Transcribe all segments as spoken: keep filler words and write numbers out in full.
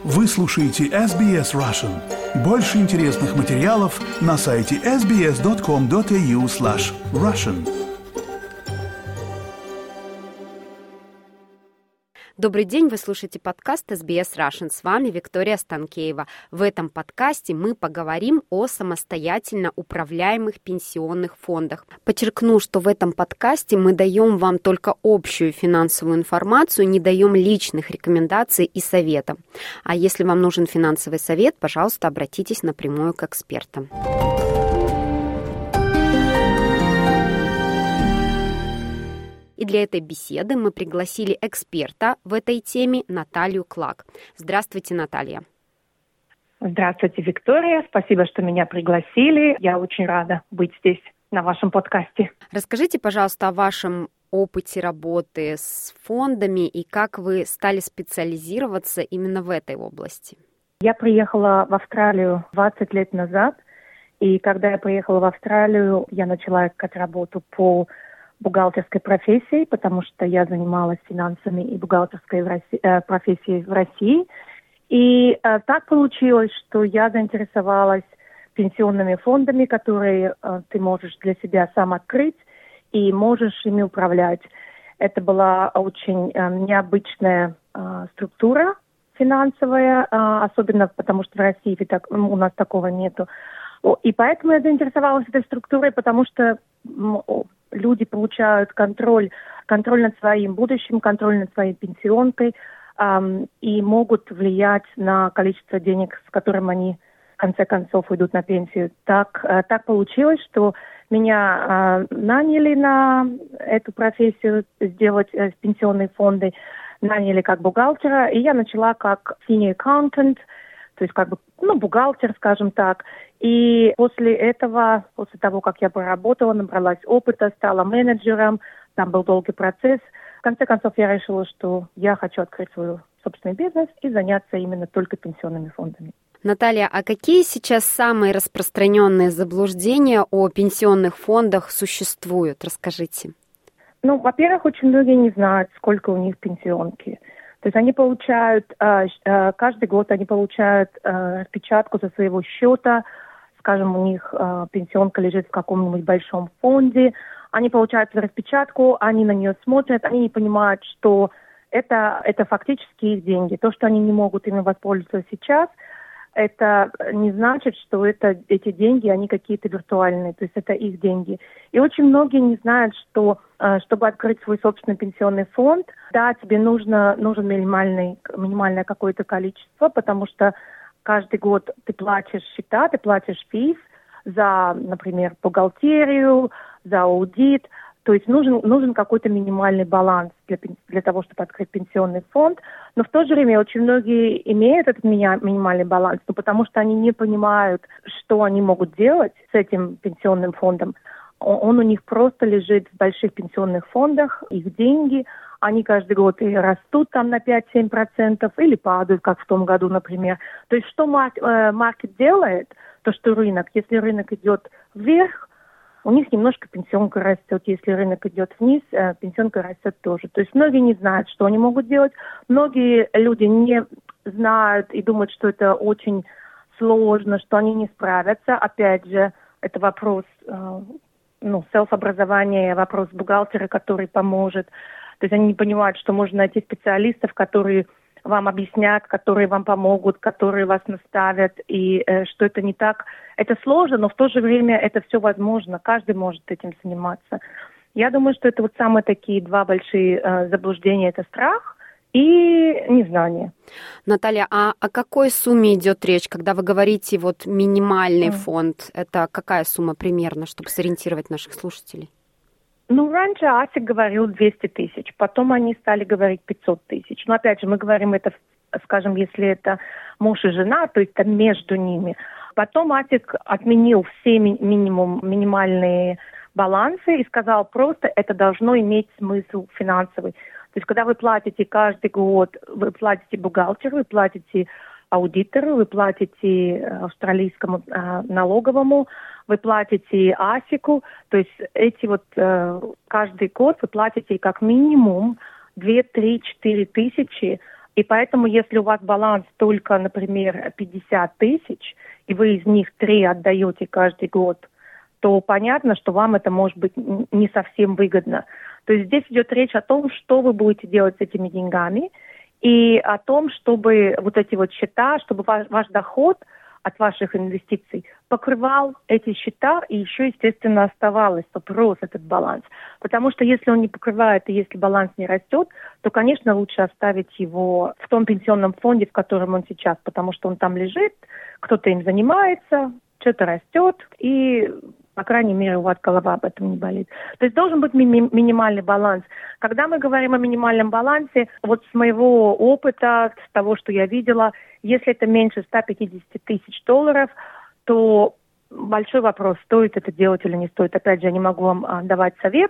Вы слушаете эс би эс Russian. Больше интересных материалов на сайте эс би эс точка ком точка эй ю слэш Russian. Добрый день, вы слушаете подкаст эс би эс Russian. С вами Виктория Станкеева. В этом подкасте мы поговорим о самостоятельно управляемых пенсионных фондах. Подчеркну, что в этом подкасте мы даем вам только общую финансовую информацию, не даем личных рекомендаций и советов. А если вам нужен финансовый совет, пожалуйста, обратитесь напрямую к экспертам. И для этой беседы мы пригласили эксперта в этой теме Наталью Клак. Здравствуйте, Наталья. Здравствуйте, Виктория. Спасибо, что меня пригласили. Я очень рада быть здесь, на вашем подкасте. Расскажите, пожалуйста, о вашем опыте работы с фондами и как вы стали специализироваться именно в этой области. Я приехала в Австралию двадцать лет назад. И когда я приехала в Австралию, я начала искать работу по бухгалтерской профессии, потому что я занималась финансами и бухгалтерской в России, э, профессией в России. И э, так получилось, что я заинтересовалась пенсионными фондами, которые э, ты можешь для себя сам открыть и можешь ими управлять. Это была очень э, необычная э, структура финансовая, э, особенно потому что в России так, у нас такого нету. И поэтому я заинтересовалась этой структурой, потому что люди получают контроль, контроль над своим будущим, контроль над своей пенсионкой эм, и могут влиять на количество денег, с которым они в конце концов уйдут на пенсию. Так, э, так получилось, что меня э, наняли на эту профессию сделать э, пенсионные фонды, наняли как бухгалтера, и я начала как senior accountant, то есть как бы, ну, бухгалтер, скажем так. И после этого, после того, как я поработала, набралась опыта, стала менеджером, там был долгий процесс. В конце концов, я решила, что я хочу открыть свой собственный бизнес и заняться именно только пенсионными фондами. Наталья, а какие сейчас самые распространенные заблуждения о пенсионных фондах существуют? Расскажите. Ну, во-первых, очень многие не знают, сколько у них пенсионки. То есть они получают, каждый год они получают распечатку со своего счета, скажем, у них пенсионка лежит в каком-нибудь большом фонде, они получают распечатку, они на нее смотрят, они не понимают, что это, это фактически их деньги. То, что они не могут ими воспользоваться сейчас, это не значит, что это, эти деньги, они какие-то виртуальные, то есть это их деньги. И очень многие не знают, что чтобы открыть свой собственный пенсионный фонд, да, тебе нужно, нужен минимальный, минимальное какое-то количество, потому что каждый год ты платишь счета, ты платишь физ за, например, бухгалтерию, за аудит. То есть нужен, нужен какой-то минимальный баланс для, для того, чтобы открыть пенсионный фонд. Но в то же время очень многие имеют этот минимальный баланс, но потому что они не понимают, что они могут делать с этим пенсионным фондом. Он, он у них просто лежит в больших пенсионных фондах, их деньги, они каждый год и растут там на пять-семь процентов или падают, как в том году, например. То есть что маркет делает, то что рынок, если рынок идет вверх, у них немножко пенсионка растет. Если рынок идет вниз, пенсионка растет тоже. То есть многие не знают, что они могут делать. Многие люди не знают и думают, что это очень сложно, что они не справятся. Опять же, это вопрос ну, селф-образования, вопрос бухгалтера, который поможет. То есть они не понимают, что можно найти специалистов, которые вам объяснят, которые вам помогут, которые вас наставят, и э, что это не так. Это сложно, но в то же время это все возможно. Каждый может этим заниматься. Я думаю, что это вот самые такие два большие э, заблуждения. Это страх и незнание. Наталья, а о какой сумме идет речь, когда вы говорите вот минимальный mm. фонд? Это какая сумма примерно, чтобы сориентировать наших слушателей? Ну, раньше Асик говорил двести тысяч, потом они стали говорить пятьсот тысяч. Но опять же, мы говорим это, скажем, если это муж и жена, то есть это между ними. Потом Асик отменил все ми- минимум, минимальные балансы и сказал просто, это должно иметь смысл финансовый. То есть когда вы платите каждый год, вы платите бухгалтеру, вы платите аудитору, вы платите австралийскому э, налоговому, вы платите Асику, то есть эти вот э, каждый год вы платите как минимум две, три, четыре тысячи И поэтому, если у вас баланс только, например, пятьдесят тысяч, и вы из них три отдаете каждый год, то понятно, что вам это может быть не совсем выгодно. То есть здесь идет речь о том, что вы будете делать с этими деньгами, и о том, чтобы вот эти вот счета, чтобы ваш, ваш доход от ваших инвестиций покрывал эти счета и еще, естественно, оставалось, чтобы рос этот баланс. Потому что если он не покрывает и если баланс не растет, то, конечно, лучше оставить его в том пенсионном фонде, в котором он сейчас, потому что он там лежит, кто-то им занимается, что-то растет, и, по крайней мере, у вас голова об этом не болит. То есть должен быть ми- минимальный баланс. Когда мы говорим о минимальном балансе, вот с моего опыта, с того, что я видела, если это меньше ста пятидесяти тысяч долларов, то большой вопрос, стоит это делать или не стоит. Опять же, я не могу вам а, давать совет,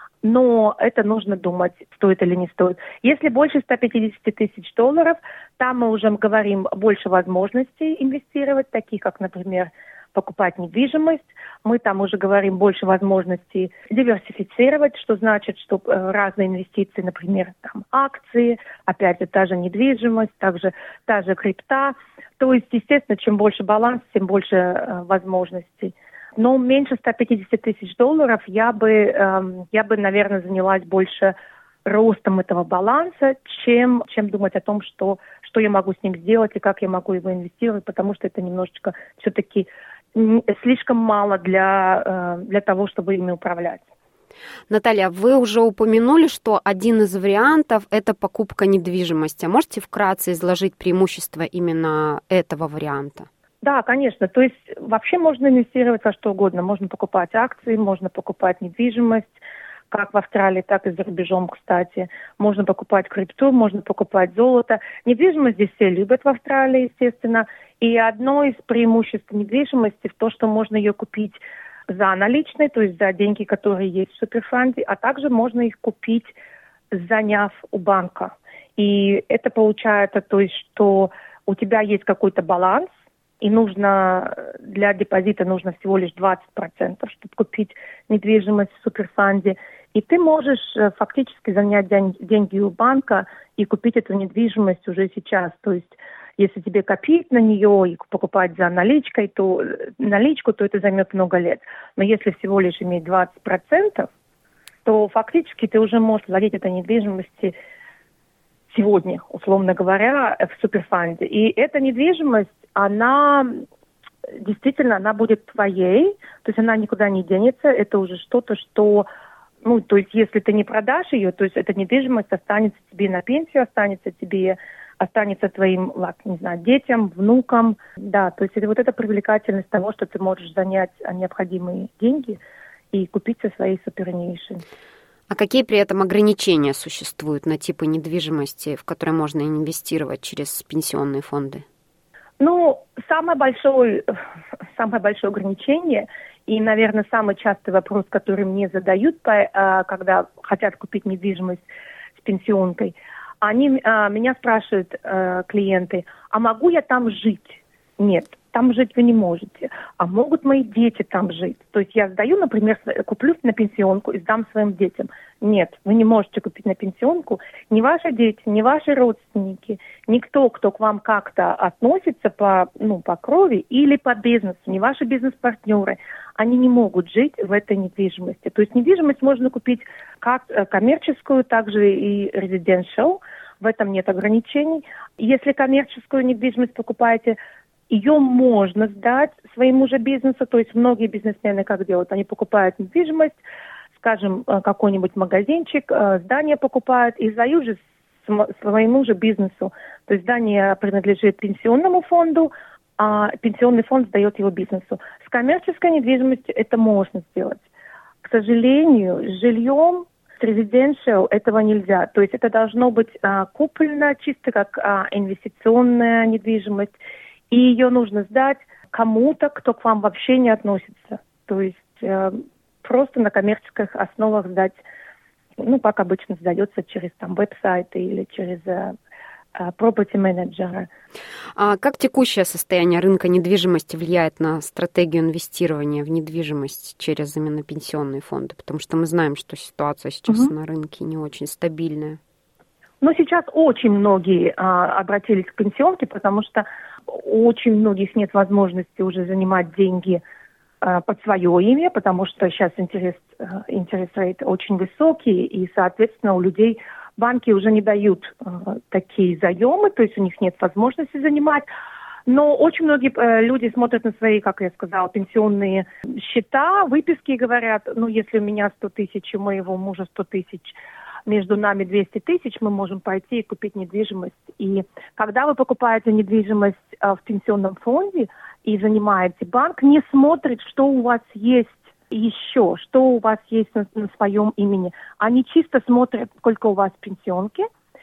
но это нужно думать, стоит или не стоит. Если больше ста пятидесяти тысяч долларов, там мы уже говорим больше возможностей инвестировать, таких как, например, покупать недвижимость. Мы там уже говорим больше возможностей диверсифицировать, что значит, что разные инвестиции, например, там, акции, опять же, та же недвижимость, также та же крипта. То есть, естественно, чем больше баланс, тем больше э, возможностей. Но меньше ста пятидесяти тысяч долларов я бы, э, я бы, наверное, занялась больше ростом этого баланса, чем, чем думать о том, что, что я могу с ним сделать и как я могу его инвестировать, потому что это немножечко все-таки слишком мало для, для того, чтобы ими управлять. Наталья, вы уже упомянули, что один из вариантов – это покупка недвижимости. А можете вкратце изложить преимущества именно этого варианта? Да, конечно. То есть вообще можно инвестировать во что угодно. Можно покупать акции, можно покупать недвижимость, как в Австралии, так и за рубежом, кстати. Можно покупать крипту, можно покупать золото. Недвижимость здесь все любят в Австралии, естественно. И одно из преимуществ недвижимости в том, что можно ее купить за наличные, то есть за деньги, которые есть в суперфонде, а также можно их купить, заняв у банка. И это получается, то есть, что у тебя есть какой-то баланс, и нужно для депозита нужно всего лишь двадцать процентов, чтобы купить недвижимость в суперфонде. И ты можешь фактически занять деньги у банка и купить эту недвижимость уже сейчас. То есть если тебе копить на нее и покупать за наличкой, то наличку, то это займет много лет. Но если всего лишь иметь двадцать процентов, то фактически ты уже можешь владеть этой недвижимостью сегодня, условно говоря, в суперфонде. И эта недвижимость, она действительно, она будет твоей, то есть она никуда не денется, это уже что-то, что, ну, то есть если ты не продашь ее, то есть эта недвижимость останется тебе на пенсию, останется тебе, останется твоим, не знаю, детям, внукам, да, то есть это вот эта привлекательность того, что ты можешь занять необходимые деньги и купить со своей супернейшей. А какие при этом ограничения существуют на типы недвижимости, в которые можно инвестировать через пенсионные фонды? Ну, самое большое, самое большое ограничение и, наверное, самый частый вопрос, который мне задают, когда хотят купить недвижимость с пенсионкой, они меня спрашивают, клиенты, а могу я там жить? Нет, там жить вы не можете. А могут мои дети там жить? То есть я сдаю, например, куплю на пенсионку и сдам своим детям. Нет, вы не можете купить на пенсионку. Ни ваши дети, ни ваши родственники, никто, кто к вам как-то относится по, ну, по крови или по бизнесу, ни ваши бизнес-партнеры, они не могут жить в этой недвижимости. То есть недвижимость можно купить как коммерческую, так же и residential. В этом нет ограничений. Если коммерческую недвижимость покупаете, ее можно сдать своему же бизнесу, то есть многие бизнесмены как делают? Они покупают недвижимость, скажем, какой-нибудь магазинчик, здание покупают и сдают же своему же бизнесу. То есть здание принадлежит пенсионному фонду, а пенсионный фонд сдает его бизнесу. С коммерческой недвижимостью это можно сделать. К сожалению, с жильем, с residential этого нельзя. То есть это должно быть а, куплено чисто как а, инвестиционная недвижимость, и ее нужно сдать кому-то, кто к вам вообще не относится. То есть э, просто на коммерческих основах сдать, ну, как обычно сдается через там веб-сайты или через э, property менеджера. А как текущее состояние рынка недвижимости влияет на стратегию инвестирования в недвижимость через именно пенсионные фонды? Потому что мы знаем, что ситуация сейчас угу. на рынке не очень стабильная. Но сейчас очень многие а, обратились к пенсионке, потому что очень многих нет возможности уже занимать деньги а, под свое имя, потому что сейчас интерес, интерес рейт очень высокий, и, соответственно, у людей банки уже не дают а, такие заемы, то есть у них нет возможности занимать. Но очень многие э, люди смотрят на свои, как я сказала, пенсионные счета, выписки и говорят, ну, если у меня сто тысяч, у моего мужа сто тысяч, между нами двести тысяч, мы можем пойти и купить недвижимость. И когда вы покупаете недвижимость э, в пенсионном фонде и занимаете, банк не смотрит, что у вас есть еще, что у вас есть на, на своем имени. Они чисто смотрят, сколько у вас пенсионки,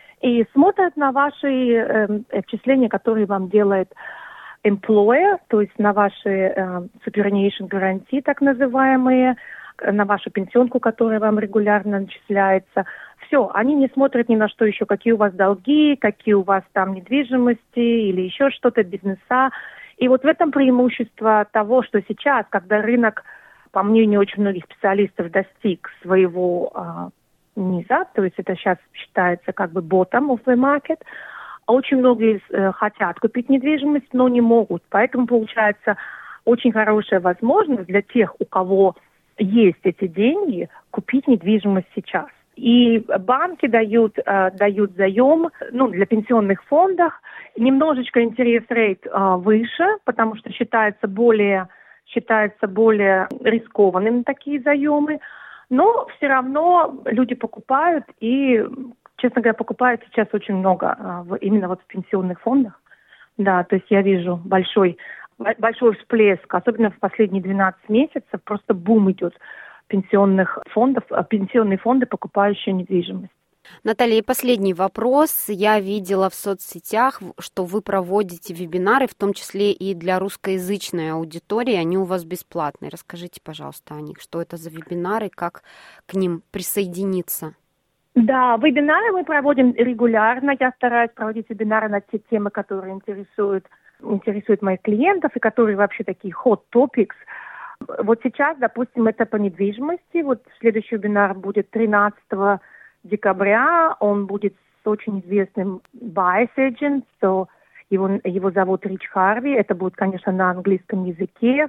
и смотрят на ваши э, отчисления, которые вам делает employer, то есть на ваши э, superannuation гарантии, так называемые, на вашу пенсионку, которая вам регулярно начисляется. Все, они не смотрят ни на что еще, какие у вас долги, какие у вас там недвижимости или еще что-то, бизнеса. И вот в этом преимущество того, что сейчас, когда рынок, по мнению очень многих специалистов, достиг своего э, низа, то есть это сейчас считается как бы bottom of the market, очень многие э, хотят купить недвижимость, но не могут. Поэтому получается очень хорошая возможность для тех, у кого есть эти деньги, купить недвижимость сейчас. И банки дают, э, дают заем, ну, для пенсионных фондов. Немножечко интерес рейт э, выше, потому что считается более, считается более рискованными такие заемы. Но все равно люди покупают, и, честно говоря, покупают сейчас очень много а, в, именно вот в пенсионных фондах. Да, то есть я вижу большой, большой всплеск, особенно в последние двенадцать месяцев, просто бум идет пенсионных фондов, пенсионные фонды, покупающие недвижимость. Наталья, и последний вопрос. Я видела в соцсетях, что вы проводите вебинары, в том числе и для русскоязычной аудитории. Они у вас бесплатные. Расскажите, пожалуйста, о них. Что это за вебинары, как к ним присоединиться? Да, вебинары мы проводим регулярно. Я стараюсь проводить вебинары на те темы, которые интересуют, интересуют моих клиентов и которые вообще такие hot topics. Вот сейчас, допустим, это по недвижимости. Вот следующий вебинар будет тринадцатого декабря. Он будет с очень известным buyer's agent, so его, его зовут Рич Харви. Это будет, конечно, на английском языке.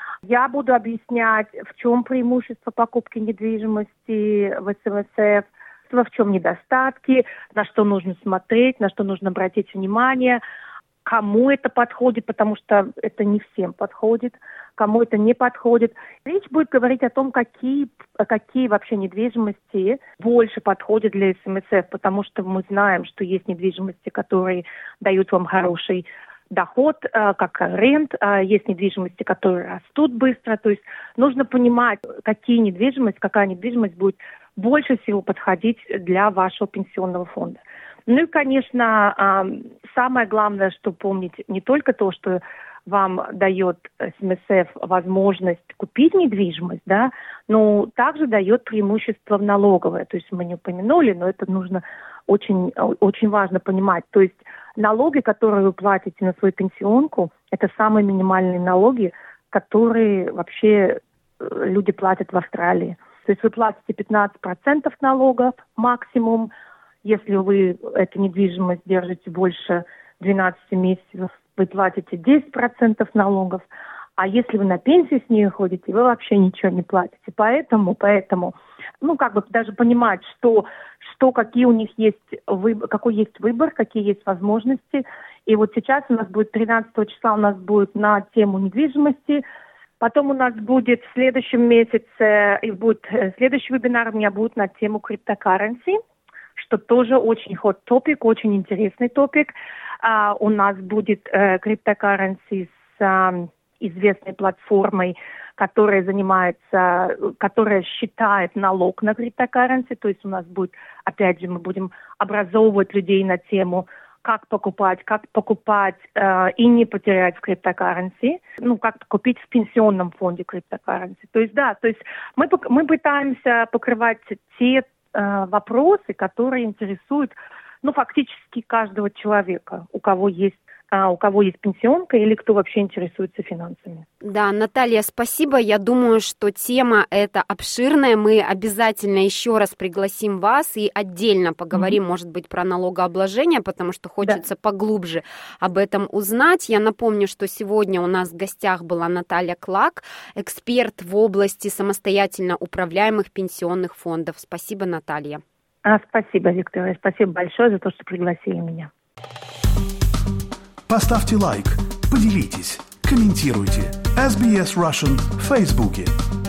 Я буду объяснять, в чем преимущество покупки недвижимости в эс эм эс эф, в чем недостатки, на что нужно смотреть, на что нужно обратить внимание, кому это подходит, потому что это не всем подходит, кому это не подходит. Речь будет говорить о том, какие, какие вообще недвижимости больше подходят для эс эм эс эф, потому что мы знаем, что есть недвижимости, которые дают вам хороший доход, как рент, есть недвижимости, которые растут быстро, то есть нужно понимать, какие недвижимость, какая недвижимость будет больше всего подходить для вашего пенсионного фонда. Ну и, конечно, самое главное, что помнить не только то, что вам дает эс эм эс эф возможность купить недвижимость, да, но также дает преимущество в налоговое. То есть мы не упомянули, но это нужно очень, очень важно понимать. То есть налоги, которые вы платите на свою пенсионку, это самые минимальные налоги, которые вообще люди платят в Австралии. То есть вы платите пятнадцать процентов налогов максимум. Если вы эту недвижимость держите больше двенадцати месяцев, вы платите десять процентов налогов. А если вы на пенсию с ней ходите, вы вообще ничего не платите. Поэтому, поэтому, ну, как бы даже понимать, что, что какие у них есть, выбор, какой есть выбор, какие есть возможности. И вот сейчас у нас будет тринадцатого числа у нас будет на тему недвижимости. Потом у нас будет в следующем месяце, и будет следующий вебинар у меня будет на тему криптокарренси, что тоже очень hot topic, очень интересный топик. Uh, у нас будет криптокарренси uh, с uh, известной платформой, которая занимается, которая считает налог на криптокарренси. То есть у нас будет, опять же, мы будем образовывать людей на тему, как покупать, как покупать uh, и не потерять в криптокарренси, ну, как купить в пенсионном фонде криптокарренси. То есть, да, то есть мы, мы пытаемся покрывать те uh, вопросы, которые интересуют, ну, фактически каждого человека, у кого есть а, у кого есть пенсионка или кто вообще интересуется финансами. Да, Наталья, спасибо. Я думаю, что тема эта обширная. Мы обязательно еще раз пригласим вас и отдельно поговорим, mm-hmm. может быть, про налогообложение, потому что хочется да. поглубже об этом узнать. Я напомню, что сегодня у нас в гостях была Наталья Клак, эксперт в области самостоятельно управляемых пенсионных фондов. Спасибо, Наталья. А, спасибо, Виктория. Спасибо большое за то, что пригласили меня. Поставьте лайк, поделитесь, комментируйте. эс би эс Russian в Фейсбуке.